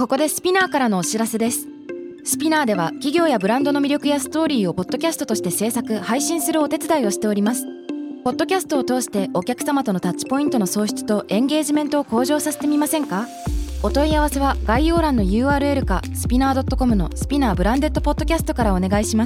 ここでスピナーからのお知らせです。スピナーでは企業やブランドの魅力やストーリーをポッドキャストとして制作・配信するお手伝いをしております。ポッドキャストを通してお客様とのタッチポイントの創出とエンゲージメントを向上させてみませんか？お問い合わせは概要欄の URL かスピナー .com のスピナーブランデッドポッドキャストからお願いします。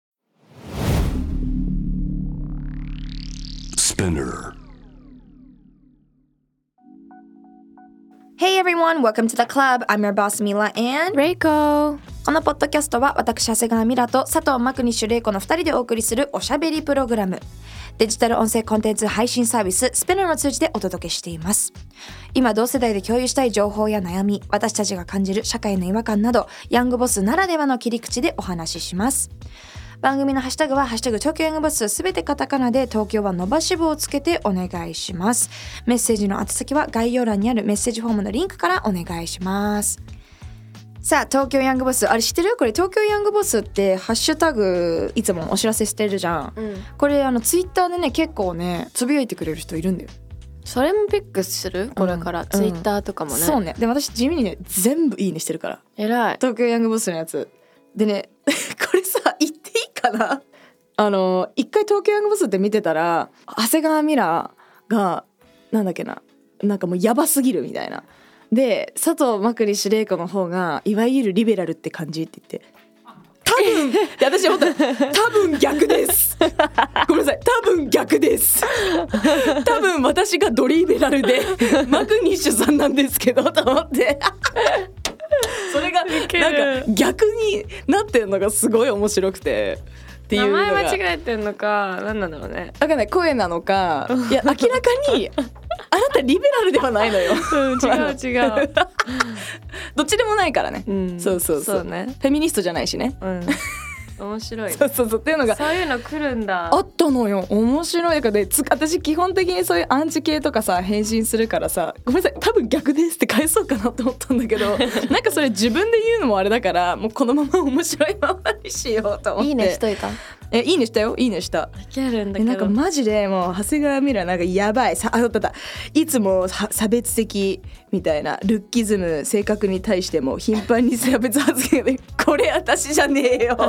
Hey everyone, welcome to the club. I'm your boss Mila and Reiko。 このポッドキャストは私長谷川ミラと佐藤マクニッシュレイコの2人でお送りするおしゃべりプログラム。デジタル音声コンテンツ配信サービススピナーを通じてお届けしています。今同世代で共有したい情報や悩み、私たちが感じる社会の違和感など、ヤングボスならではの切り口でお話しします。番組のハッシュタグはハッシュタグ東京ヤングボス、すべてカタカナで東京は伸ばし棒をつけてお願いします。メッセージの宛先は概要欄にあるメッセージフォームのリンクからお願いします。さあ、東京ヤングボス、あれ知ってる？これ東京ヤングボスってハッシュタグいつもお知らせしてるじゃん、これツイッターでね結構ねつぶやいてくれる人いるんだよ。 それもピックする？これから、ツイッターとかもね。 そうね。で私地味にね全部いいねしてるから。 偉い。 東京ヤングボスのやつでねこれさ言っていいかな。一回東京ヤングボスって見てたら長谷川ミラがなんだっけな、なんかもうヤバすぎるみたいなで、佐藤マクニッシュレイコの方がいわゆるリベラルって感じって言って、多分で私思った多分逆ですごめんなさい、多分逆です多分私がドリベラルでマクニッシュさんなんですけどと思ってそれがなんか逆になってるのがすごい面白くてっていうのが、 名前間違えてんのか何なんだろうね。 わかんない、声なのかいや明らかにあなたリベラルではないのよ違うどっちでもないからね、そうそうね、 フェミニストじゃないしね、 面白いそうっていうのがそういうの来るんだあったのよ。面白いからで、私基本的にそういうアンチ系とかさ返信するからさ、ごめんなさい多分逆ですって返そうかなと思ったんだけどなんかそれ自分で言うのもあれだから、もうこのまま面白いままにしようと思って。 いいねしといた？ いいねしたよ、いいねした。 いけるんだけどなんかマジでもう長谷川ミラなんかやばいさ、あったいつも差別的みたいな、ルッキズム性格に対しても頻繁に差別発言でこれ私じゃねえよ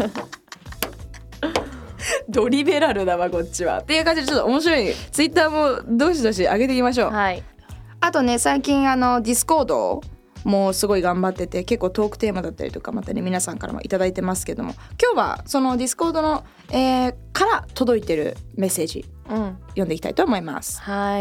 ドリベラルだわこっちはっていう感じで、ちょっと面白いツイッターもどしどし上げていきましょう。 はい。 あとね、最近ディスコードもうすごい頑張ってて、結構トークテーマだったりとかまたね皆さんからもいただいてますけども、今日はそのディスコードの、から届いてるメッセージ、読んでいきたいと思います。 はい。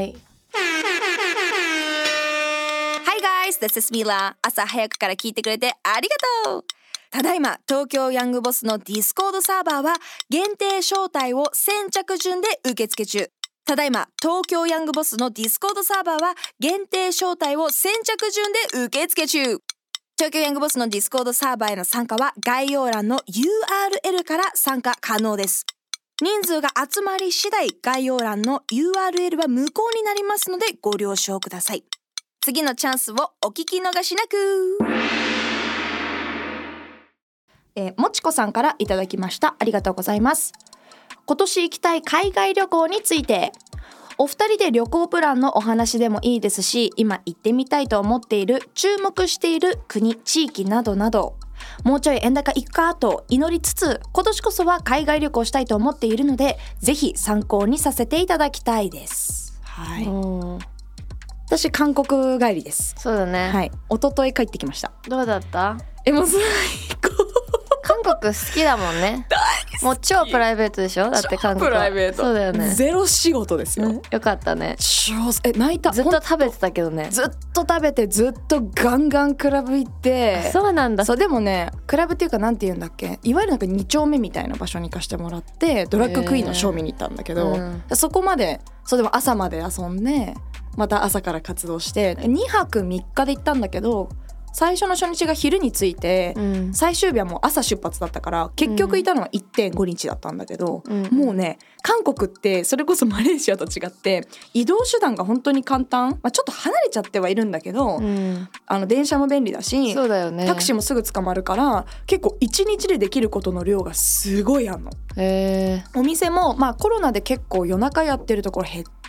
Hi guys, this is Mila。 朝早くから聞いてくれてありがとう。ただいま東京ヤングボスのディスコードサーバーは限定招待を先着順で受付中。ただいま東京ヤングボスのディスコードサーバーは限定招待を先着順で受付中。東京ヤングボスのディスコードサーバーへの参加は概要欄の URL から参加可能です。人数が集まり次第概要欄の URL は無効になりますのでご了承ください。次のチャンスをお聞き逃しなく。もちこさんからいただきました。ありがとうございます。今年行きたい海外旅行について、お二人で旅行プランのお話でもいいですし、今行ってみたいと思っている、注目している国、地域などなど、もうちょい円高行くかと祈りつつ、今年こそは海外旅行したいと思っているので、ぜひ参考にさせていただきたいです。はい。私韓国帰りです。 そうだね。 はい。一昨日帰ってきました。 どうだった？ もう最高。 韓国好きだもんね。もう超プライベートでしょ？だって韓国は。 プライベート。 そうだよね。 ゼロ仕事ですよ。 よかったね。 泣いた。 ずっと食べてたけどね。 ずっと食べて、ずっとガンガンクラブ行って。 そうなんだ。 そうでもね、クラブっていうかなんて言うんだっけ、いわゆるなんか2丁目みたいな場所に行かしてもらって、ドラッグクイーンのショー見に行ったんだけど、そこまで、そうでも朝まで遊んで、また朝から活動して2泊3日で行ったんだけど、最初の初日が昼に着いて、最終日はもう朝出発だったから結局いたのは 1.5 日だったんだけど、もうね韓国ってそれこそマレーシアと違って移動手段が本当に簡単、ちょっと離れちゃってはいるんだけど、電車も便利だし、 そうだよね、 タクシーもすぐ捕まるから結構1日でできることの量がすごいあんの。お店も、コロナで結構夜中やってるところ減っ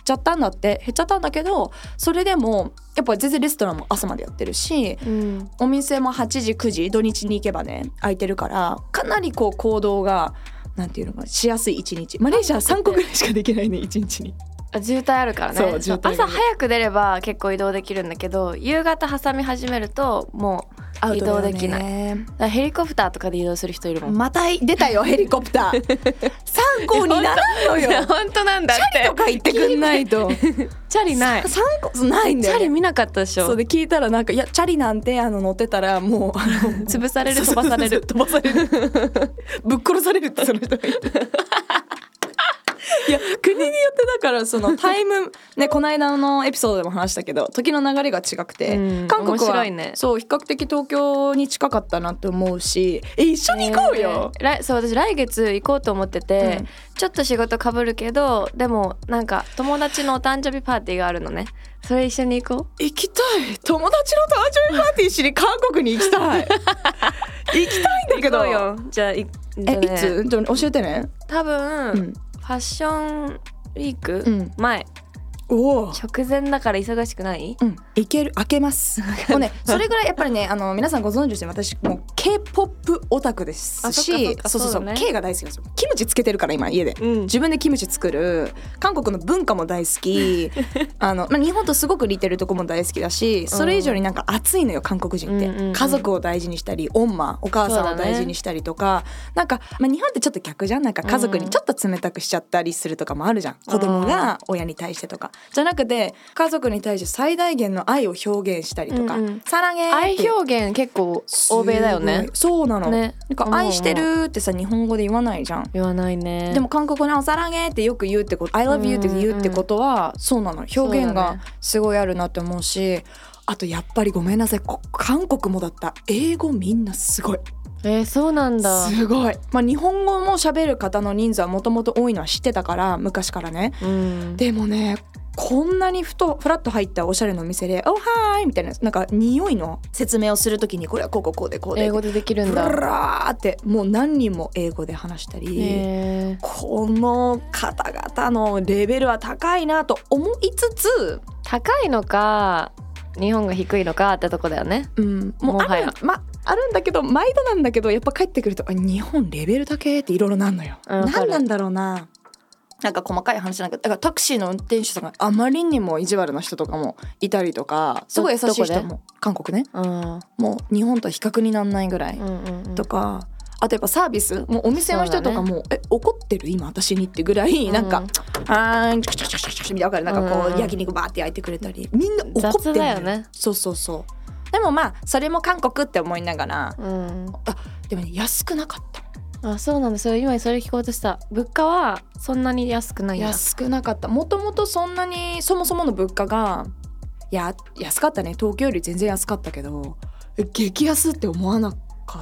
ちゃったんだって減っちゃったんだけど、それでもやっぱ全然レストランも朝までやってるし、お店も8時9時土日に行けばね空いてるから、かなりこう行動がなんていうのかしやすい一日。マレーシア3個ぐらいしかできないね一日に。 渋滞あるからね。 そう渋滞朝早く出れば結構移動できるんだけど、夕方挟み始めるともう移動できない。だからヘリコプターとかで移動する人いるもん。 また出たよヘリコプター参考にならんのよ本当なんだって。 チャリとか行ってくんないとチャリない。 参考ないんだよ、ね、 チャリ見なかったでしょ。 そうで聞いたらなんかいやチャリなんて乗ってたらもう潰される飛ばされる飛ばされるぶっ殺されるってその人が言っていや国によってだからそのタイムねこの間のエピソードでも話したけど時の流れが違くて、韓国は面白いね。 そう比較的東京に近かったなって思うし、一緒に行こうよ、 そう私来月行こうと思ってて、ちょっと仕事かぶるけどでもなんか友達のお誕生日パーティーがあるのね。それ一緒に行こう。 行きたい。友達の誕生日パーティーしに韓国に行きたい行きたいんだけど。 行こうよ。じゃあいつ教えてね。 多分、ファッションウィーク、前直前だから忙しくない？ いける。開けますもうねそれぐらいやっぱりね皆さんご存知ですよ、私もう K-POP オタクですし、そう、ね、K が大好きなんですよ。キムチつけてるから今家で、自分でキムチ作る。韓国の文化も大好き日本とすごく似てるとこも大好きだし、それ以上になんか熱いのよ韓国人って、家族を大事にしたりお母さんを大事にしたりとか、なんか、日本ってちょっと逆じゃん。なんか家族にちょっと冷たくしちゃったりするとかもあるじゃん、子供が親に対してとかじゃなくて、家族に対して最大限の愛を表現したりとか、サラゲーって愛表現結構欧米だよね。 そうなの、 ね、 なんか愛してるってさ日本語で言わないじゃん。 言わないね。 でも韓国のサラゲーってよく言うってこと、I love you って言うってことはそうなの、表現がすごいあるなって思うし、あとやっぱりごめんなさい、韓国もだった英語みんなすごい。 そうなんだ。 すごい、日本語も喋る方の人数はもともと多いのは知ってたから昔からね、でもねこんなにフラッと入ったおしゃれなお店で「おはーい」みたいな、なんか匂いの説明をするときにこれはこうで英語でできるんだ。 ブラーってもう何人も英語で話したり、この方々のレベルは高いなと思いつつ、 高いのか日本が低いのかってとこだよね。 もうあるんだけど毎度なんだけど、やっぱ帰ってくると日本レベル高っていろいろなんのよ。何なんだろうな。なんか細かい話なんだけど、だからタクシーの運転手さんがあまりにも意地悪な人とかもいたりとか、すごい優しい人も韓国ね、もう日本と比較になんないぐらいとか、あとやっぱサービスもうお店の人とかも、怒ってる今私にってぐらい、なんかあーチクチクチクチクみたいな、なんかこう焼肉バーって焼いてくれたり、みんな怒ってるだよね。 そうでもそれも韓国って思いながら、でもね安くなかった。 そうなんですよ。今それ聞こうとした。物価はそんなに安くないんだ。 安くなかった。もともとそんなにそもそもの物価が安かったね。東京より全然安かったけど激安って思わなかった。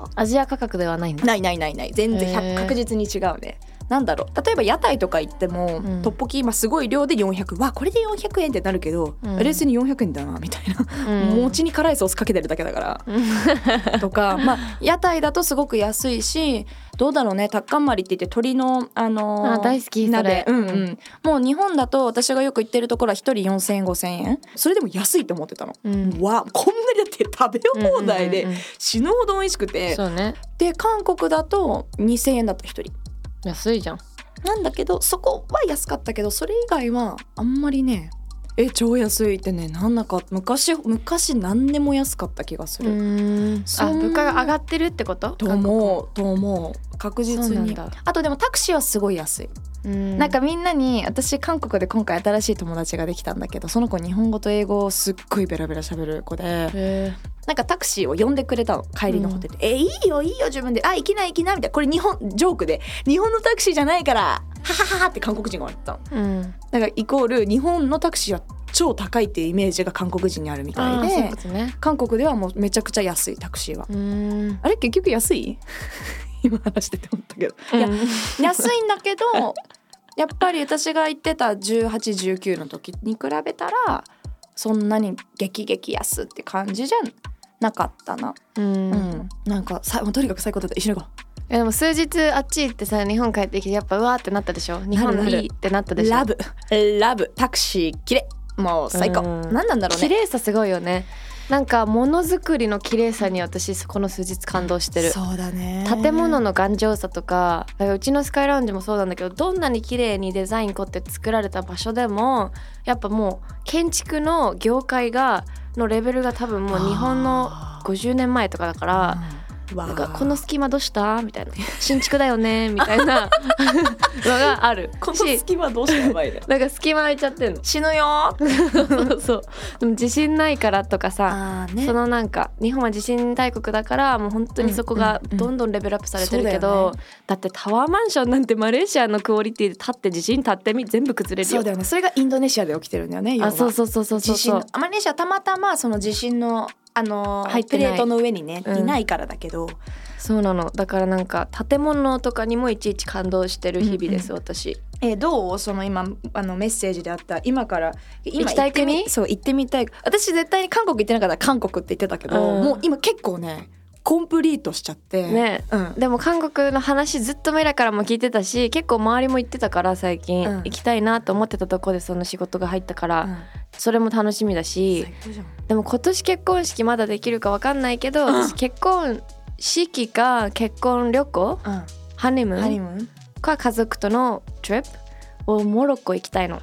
アジア価格ではないんだ。 ない全然確実に違うね。なんだろう、例えば屋台とか行っても、トッポキ今すごい量で400、これで400円ってなるけど、冷静に400円だなみたいな、餅に辛いソースかけてるだけだからとか、屋台だとすごく安いし、どうだろうね、タッカンマリって言って鶏の大好き鍋、もう日本だと私がよく行ってるところは1人4000円5000円、それでも安いと思ってたの、こんなにだって食べ放題で死ぬほど美味しくて、で韓国だと2000円だった1人。 安いじゃん。 なんだけどそこは安かったけど、それ以外はあんまりね、超安いってね、なんだか昔何でも安かった気がする。物価が上がってるってこと？ と思う確実に。あとでもタクシーはすごい安い。なんかみんなに、私韓国で今回新しい友達ができたんだけど、その子日本語と英語をすっごいベラベラ喋る子で、なんかタクシーを呼んでくれたの、帰りのホテルで、いいよ自分で行きなみたいな、これ日本ジョークで日本のタクシーじゃないからはははって韓国人が言ったの、だからイコール日本のタクシーは超高いっていうイメージが韓国人にあるみたいで、韓国ではもうめちゃくちゃ安いタクシーは。あれ結局安い今話してて思ったけど、いや安いんだけどやっぱり私が行ってた18、19の時に比べたらそんなに激安って感じじゃなかったな。なんかとにかく最高だった。一緒に行こうでも数日あっち行ってさ日本帰ってきてやっぱうわーってなったでしょ。日本いいってなったでしょ。 ラブタクシー綺麗もう最高。何なんだろうね。 綺麗さすごいよね。なんかものづくりの綺麗さに私この数日感動してる。 そうだね。 建物の頑丈さとか、うちのスカイラウンジもそうなんだけど、どんなに綺麗にデザイン凝って作られた場所でもやっぱもう建築の業界のレベルが多分もう日本の50年前とかだから、なんかこの隙間どうしたみたいな、新築だよねみたいなのがある。 この隙間どうしたやばいね。 なんか隙間空いちゃってんの。 死ぬよそうそう。でも地震ないからとかさ、そのなんか日本は地震大国だからもう本当にそこがどんどんレベルアップされてるけど、だってタワーマンションなんてマレーシアのクオリティで立って地震立って全部崩れるよ。 そうだよね。それがインドネシアで起きてるんだよね。 あ、そうそうそうそうそう。 地震マレーシアたまたまその地震のプレートの上にね、いないからだけど。 そうなの。だからなんか建物とかにもいちいち感動してる日々です、私。 どうその今メッセージであった今行きたい国？ そう行ってみたい。私絶対に韓国行ってなかったら韓国って言ってたけど、もう今結構ねコンプリートしちゃってね、でも韓国の話ずっとメラからも聞いてたし、結構周りも行ってたから最近、行きたいなと思ってたとこでその仕事が入ったから、それも楽しみだし、でも今年結婚式まだできるか分かんないけど、私結婚式か結婚旅行、ハニムーンか家族とのトリップをモロッコ行きたいの。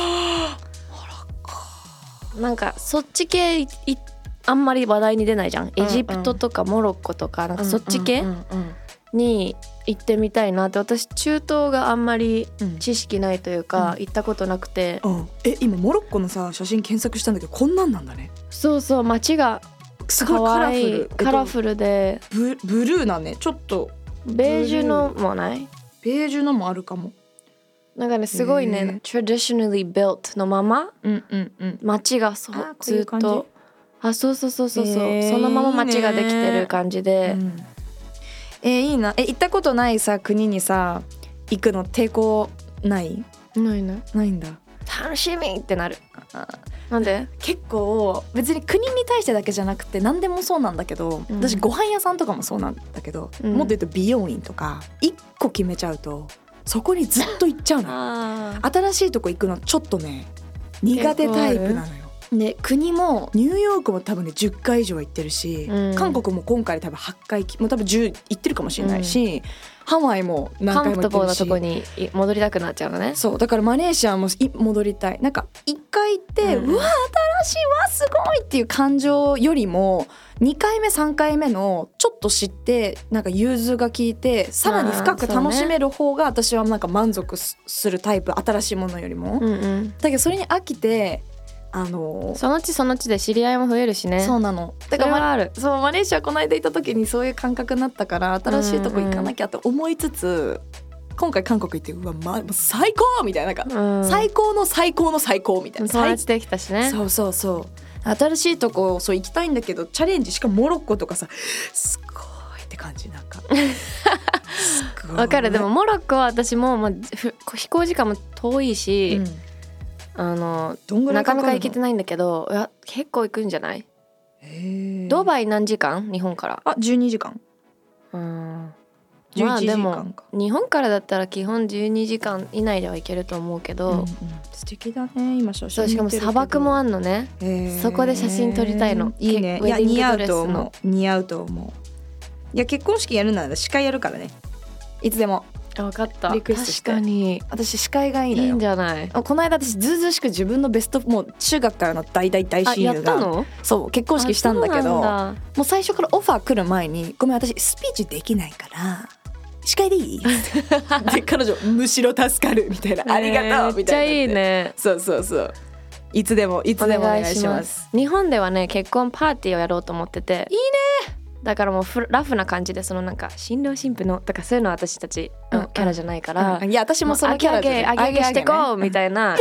なんかそっち系あんまり話題に出ないじゃん。エジプトとかモロッコとかなんかそっち系に行ってみたいなって。私中東があんまり知識ないというか、行ったことなくて、 今モロッコのさ写真検索したんだけどこんなんなんだね。 そうそう、街がすごいカラフルでブルーなね。ちょっとベージュのもない？ ベージュのもあるかも。 なんかねすごいね、traditionally built のまま、街がずっとそうそのまま街ができてる感じで、 いいな。行ったことないさ国にさ行くの抵抗ない？ないんだ。 楽しみってなる。なんで？ 結構別に国に対してだけじゃなくて何でもそうなんだけど、私ご飯屋さんとかもそうなんだけど、もっと言うと美容院とか一個決めちゃうとそこにずっと行っちゃうの。新しいとこ行くのちょっとね苦手タイプなのよ。で国もニューヨークも多分ね10回以上は行ってるし、韓国も今回多分8回もう多分10行ってるかもしれないし、ハワイも何回も行ってるし、 カンフォータブルなとこに戻りたくなっちゃうのね。 そうだからマレーシアも戻りたい。なんか1回行って、うわ新しいわすごいっていう感情よりも2回目3回目のちょっと知ってなんか融通が効いてさらに深く楽しめる方が私はなんか満足するタイプ、新しいものよりも、だけどそれに飽きてそのうちで知り合いも増えるしね。 そうなの。だからマレーシアこの間行った時にそういう感覚になったから新しいとこ行かなきゃと思いつつ、今回韓国行ってもう最高みたいな、なんか、最高の最高の最高みたいな。 友達できたしね。 そう新しいとこ行きたいんだけどチャレンジ、しかもモロッコとかさすごいって感じ。なんかわかる。でもモロッコは私も、飛行時間も遠いし、なかなか行けてないんだけど、いや結構行くんじゃない？ドバイ何時間？日本から。 12時間。 まあでも日本からだったら基本12時間以内では行けると思うけど、 素敵だね。今写真見てるけど、しかも砂漠もあんのね、そこで写真撮りたいの。 いいね。いや似合うと思う。いや結婚式やるなら司会やるからね、いつでも。 分かった。 リクエストして。 確かに私司会がいいのよ。 いいんじゃない？ この間私ずうずうしく自分のベスト、もう中学からの大親友がやったの？ そう結婚式したんだけど、もう最初からオファー来る前にごめん私スピーチできないから司会でいい？で彼女むしろ助かるみたいな、ありがとうみたいな。 めっちゃいいね。 そういつでもお願いします。 日本ではね結婚パーティーをやろうと思ってて。 いいね。 だからもうラフな感じで、そのなんか新郎新婦のとかそういうのは私たちのキャラじゃないから、 いや私もそのキャラで上げしてこうみたいな。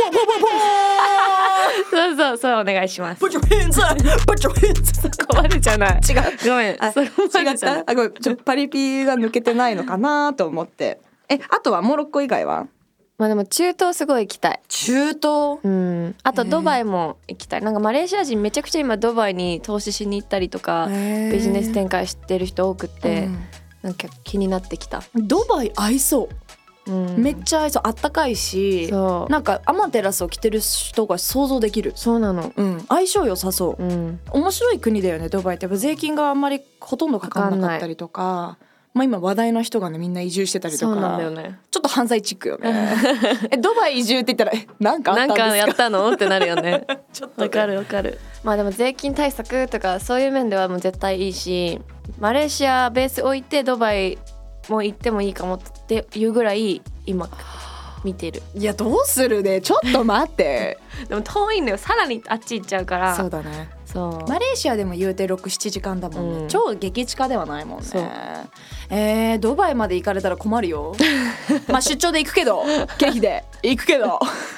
そうお願いします。 Put your hands up Put your hands up そこまでじゃない。違う、ごめん。 違った。ごめん、ちょっとパリピが抜けてないのかなと思って。あとはモロッコ以外は？ まあでも中東すごい行きたい。 中東？ あとドバイも行きたい。なんかマレーシア人めちゃくちゃ今ドバイに投資しに行ったりとかビジネス展開してる人多くって、 なんか気になってきた。 ドバイ合いそう、めっゃちゃ合いそう。あったかいし、なんかアマテラスを着てる人が想像できる。 そうなの、 相性良さそう、面白い国だよねドバイって。やっぱ税金があんまりほとんどかかんなかったりとか、今話題の人がねみんな移住してたりとか。 そうなんだよね。 ちょっと犯罪チックよねドバイ移住って言ったらなんかあったんですか、 なんかやったのってなるよねちょっとね、 わかるわかる。まあでも税金対策とかそういう面ではもう絶対いいし、マレーシアベース置いてドバイも行ってもいいかもっていうぐらい今見てる。 いやどうするね、ちょっと待ってでも遠いんだよ、さらにあっち行っちゃうから。 そうだね。 そうマレーシアでも言うて 6,7 時間だもんね、超激近ではないもんね。 そうドバイまで行かれたら困るよまあ出張で行くけど経費で行くけど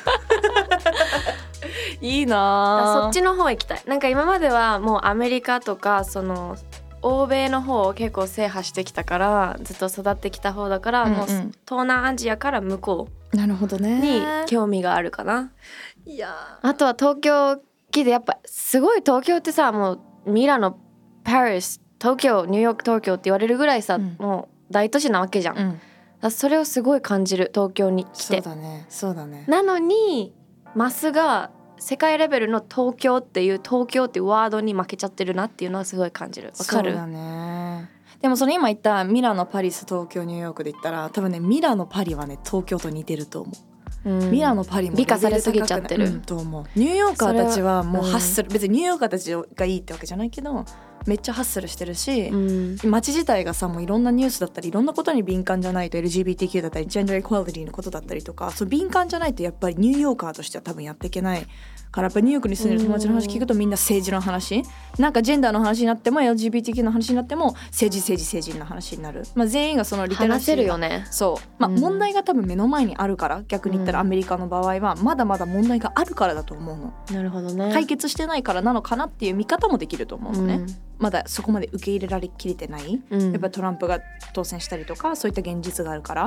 いいな。 そっちの方行きたい。なんか今まではもうアメリカとかその欧米の方を結構制覇してきたから、ずっと育ってきた方だから、もう東南アジアから向こうなるほどねに興味があるかな。 いやあとは東京来てやっぱすごい、東京ってさもうミラノ、パリス、東京、ニューヨーク、東京って言われるぐらいさ、もう大都市なわけじゃん、だからそれをすごい感じる東京に来て。 そうだねそうだね。 なのにマスが世界レベルの東京っていうワードに負けちゃってるなっていうのはすごい感じる。わかる？ そうだね。でもそれ今言ったミラノ、パリス、東京、ニューヨークで言ったら多分ねミラノ、パリはね東京と似てると思う。ミラノ、パリも美化されすぎちゃってる、 と思う。ニューヨーカーたちはもうハッスル、別にニューヨーカーたちがいいってわけじゃないけどめっちゃハッスルしてるし、街自体がさもういろんなニュースだったりいろんなことに敏感じゃないと、 LGBTQ だったりジェンダーエクワリティのことだったりとか、そう敏感じゃないとやっぱりニューヨーカーとしては多分やっていけないから、やっぱニューヨークに住んでる友達の話聞くとみんな政治の話、なんかジェンダーの話になっても LGBTQ の話になっても政治の話になる、全員がそのリテラシーが話せるよね。 そう、問題が多分目の前にあるから、逆に言ったらアメリカの場合はまだまだ問題があるからだと思うの。 なるほどね。 解決してないからなのかなっていう見方もできると思うのね、まだそこまで受け入れられきれてない、やっぱトランプが当選したりとかそういった現実があるから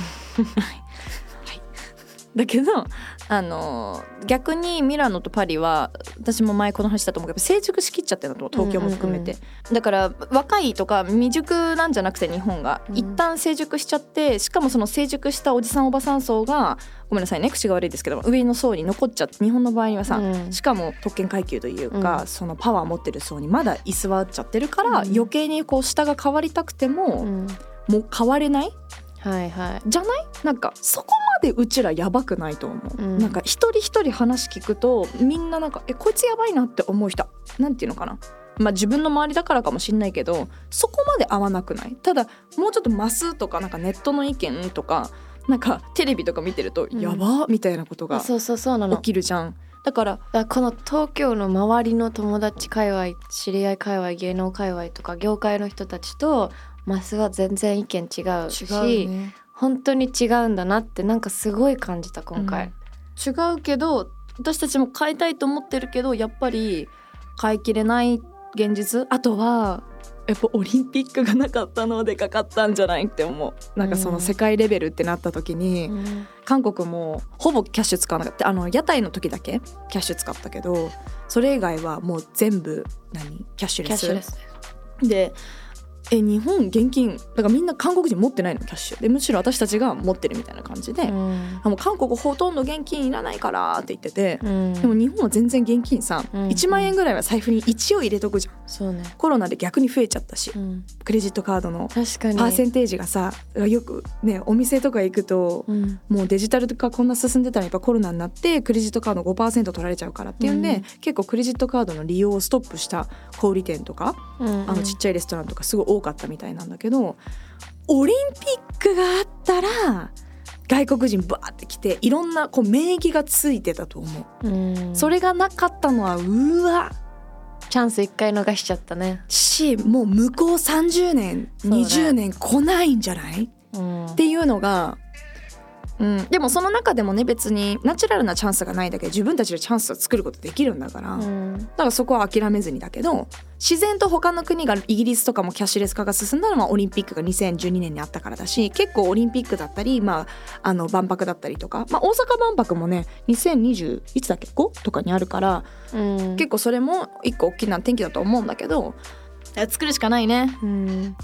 だけど逆にミラノとパリは私も前この話したと思うけど成熟しきっちゃってるのと東京も含めて、だから若いとか未熟なんじゃなくて日本が一旦成熟しちゃって、しかもその成熟したおじさんおばさん層がごめんなさいね口が悪いですけど上の層に残っちゃって、日本の場合はさ、しかも特権階級というか、そのパワー持ってる層にまだ居座っちゃってるから、余計にこう下が変わりたくても、もう変われない、じゃない？なんかそこまでうちらやばくないと思う、なんか一人一人話聞くとみんななんかこいつやばいなって思う人なんていうのかな、自分の周りだからかもしんないけどそこまで合わなくない？ただもうちょっとマスとかなんかネットの意見とかなんかテレビとか見てるとやばみたいなことが起きるじゃん。だからこの東京の周りの友達界隈、知り合い界隈、芸能界隈とか業界の人たちとマスは全然意見違うし、 ね、 本当に違うんだなってなんかすごい感じた今回、 違うけど私たちも変えたいと思ってるけどやっぱり変えきれない現実、あとはやっぱオリンピックがなかったのでかかったんじゃないって思う。なんかその世界レベルってなった時に、韓国もほぼキャッシュ使わなかった。屋台の時だけキャッシュ使ったけどそれ以外はもう全部キャッシュレスで日本現金だからみんな韓国人持ってないのキャッシュで、むしろ私たちが持ってるみたいな感じで、もう韓国ほとんど現金いらないからって言ってて、でも日本は全然現金さ、1万円ぐらいは財布に一応入れとくじゃん。 そうね、 コロナで逆に増えちゃったし、クレジットカードのパーセンテージがさよくねお店とか行くと、もうデジタル化こんな進んでたらやっぱコロナになってクレジットカード 5% 取られちゃうからっていうんで、結構クレジットカードの利用をストップした小売店とか、ちっちゃいレストランとかすごい多かったみたいなんだけど、オリンピックがあったら外国人バーって来ていろんなこう免疫がついてたと思う、それがなかったのはうわチャンス1回逃しちゃったねし、もう向こう30年、20年来ないんじゃない、っていうのが、でもその中でもね別にナチュラルなチャンスがないだけで自分たちでチャンスを作ることできるんだから、だからそこは諦めずにだけど、自然と他の国がイギリスとかもキャッシュレス化が進んだのはオリンピックが2012年にあったからだし、結構オリンピックだったり、万博だったりとか、大阪万博もね2020いつだっけ5とかにあるから、結構それも一個大きな転機だと思うんだけど、作るしかないね。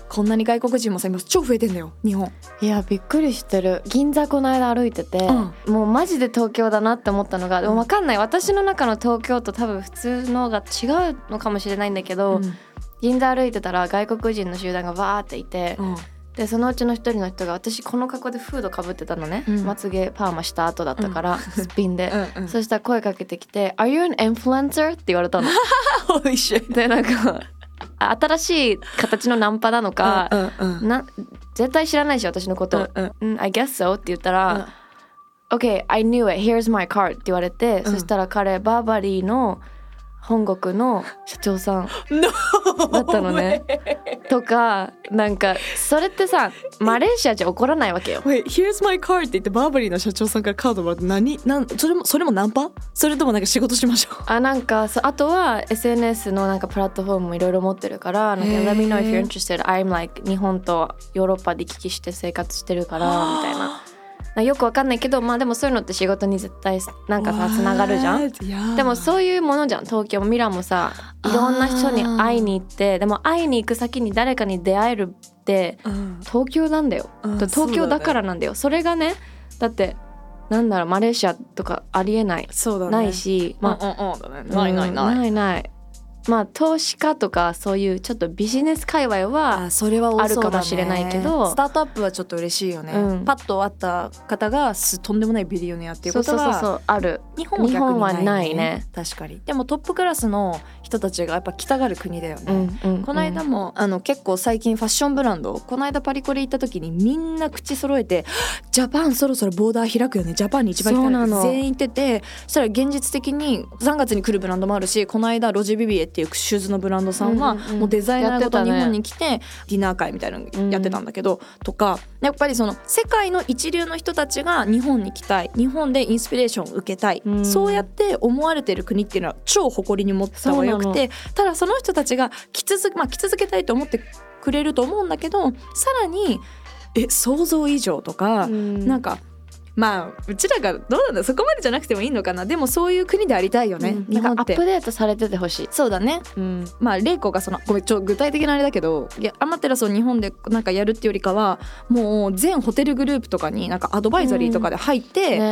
こんなに外国人もさ今超増えてんだよ日本。 いやびっくりしてる。銀座この間歩いてて、もうマジで東京だなって思ったのが、でも分かんない、私の中の東京と多分普通のが違うのかもしれないんだけど、銀座歩いてたら外国人の集団がわーっていて、でそのうちの一人の人が、私この格好でフードかぶってたのね、まつげパーマした後だったから、すっぴんでそしたら声かけてきて Are you an influencer? って言われたのでなんか新しい形のナンパなのか、絶対知らないし私のこと、I guess so って言ったら、OK I knew it here's my card って言われて、そしたら彼バーバリーの本国の社長さんだったのねとか、なんかそれってさマレーシアじゃ起こらないわけよ。 Wait, here's my card って言ってバーバリーの社長さんからカードもらってそれもナンパ？それともなんか仕事しましょう？ なんかあとは SNS のなんかプラットフォームもいろいろ持ってるから、なんか Let me know if you're interested I'm like 日本とヨーロッパで行き来して生活してるからみたいな。よくわかんないけど、まあでもそういうのって仕事に絶対なんかさつながるじゃん。でもそういうものじゃん。東京もミランもさ、いろんな人に会いに行って、でも会いに行く先に誰かに出会えるって東京なんだよ。東京だからなんだよ。それがね、だってなんだろう、マレーシアとかありえない、ないし、まあないまあ投資家とかそういうちょっとビジネス界隈はあるかもしれないけど、 スタートアップはちょっと嬉しいよね、パッと会った方がとんでもないビリオネアっていうことがそうある。 日本は逆にないね。 ないね。 確かに。でもトップクラスの人たちがやっぱ来たがる国だよね、この間も結構最近ファッションブランド、この間パリコレ行った時にみんな口揃えてジャパンそろそろボーダー開くよね、ジャパンに一番行きたいって全員言ってて、そしたら現実的に3月に来るブランドもあるし、この間ロジビビエっていうシューズのブランドさんはもうデザイナーごと日本に来てディナー会みたいなのやってたんだけど、とかやっぱりその世界の一流の人たちが日本に来たい、日本でインスピレーションを受けたい、そうやって思われてる国っていうのは超誇りに持った方がよくて、ただその人たちが来続けたいと思ってくれると思うんだけど、さらに想像以上とか、なんかまあうちらがどうなんだ、そこまでじゃなくてもいいのかな。でもそういう国でありたいよね、日本って。 アップデートされててほしい。 そうだね、まあ玲子がごめん具体的なあれだけど、アマテラスを日本でなんかやるっていうよりかは、もう全ホテルグループとかになんかアドバイザリーとかで入って、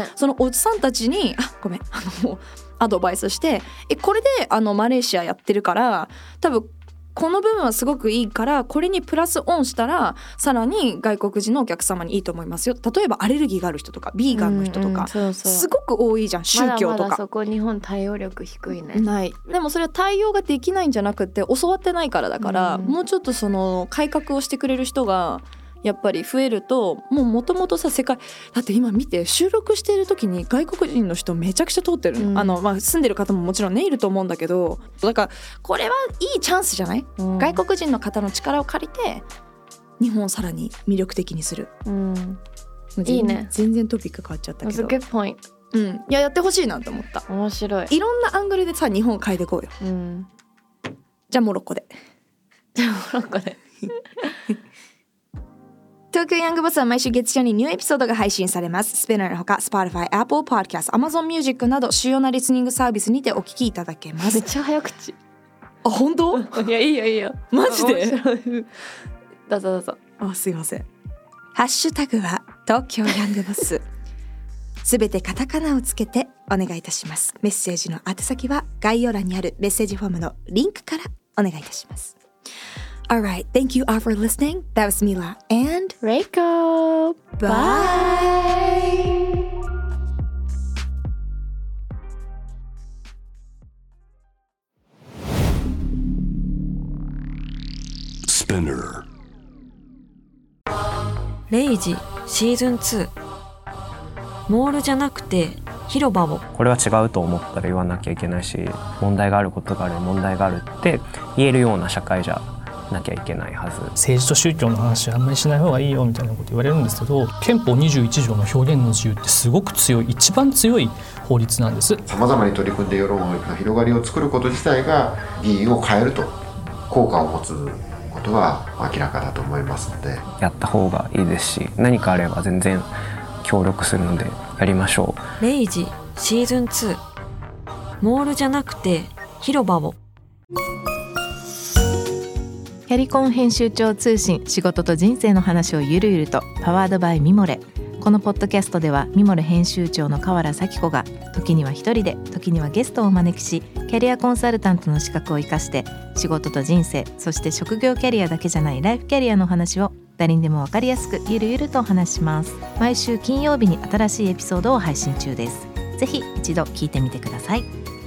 そのおじさんたちにアドバイスして、これでマレーシアやってるから多分この部分はすごくいいから、これにプラスオンしたらさらに外国人のお客様にいいと思いますよ。例えばアレルギーがある人とかビーガンの人とか、すごく多いじゃん、宗教とか。 まだそこ日本対応力低いね。 ない。でもそれは対応ができないんじゃなくて教わってないからだから、もうちょっとその改革をしてくれる人がやっぱり増えると、もともとさ世界だって今見て収録している時に外国人の人めちゃくちゃ通ってる、住んでる方ももちろんねいると思うんだけど、だからこれはいいチャンスじゃない、外国人の方の力を借りて日本をさらに魅力的にする、 いいね。 全然トピック変わっちゃったけど、 That's a good point。 いやってほしいなと思った。 面白い。 いろんなアングルでさ日本を変えていこうよ、じゃあモロッコで東京ヤングボスは毎週月曜にニューエピソードが配信されます。スペナーのほか Spotify、Apple Podcast、Amazon Music など主要なリスニングサービスにてお聞きいただけます。 めっちゃ早口。 あ、本当？ いやいいよいいよ。 マジで？ どうぞどうぞ。 すいません。ハッシュタグは東京ヤングボス。すべてカタカナをつけてお願いいたします。メッセージの宛先は概要欄にあるメッセージフォームのリンクからお願いいたします。Alright, thank you all for listening. That was Mila and Reiko. Bye. Spinner. レイジシーズン2。モールじゃなくて広場を。 これは違うと思ったら言わなきゃいけないし、問題があることがある、問題があるって言えるような社会じゃなきゃいけないはず。 政治と宗教の話あんまりしない方がいいよみたいなこと言われるんですけど、憲法21条の表現の自由ってすごく強い、一番強い法律なんです。 さまざまに取り組んで世論の広がりを作ること自体が議員を変えると効果を持つことは明らかだと思いますので、 やった方がいいですし、何かあれば全然協力するのでやりましょう。レイジシーズン2。モールじゃなくて広場を。 キャリコン編集長通信、仕事と人生の話をゆるゆると、パワードバイミモレ。このポッドキャストではミモレ編集長の河原咲子が時には一人で、時にはゲストをお招きし、キャリアコンサルタントの資格を生かして仕事と人生、そして職業キャリアだけじゃないライフキャリアの話を誰にでも分かりやすくゆるゆるとお話します。毎週金曜日に新しいエピソードを配信中です。ぜひ一度聞いてみてください。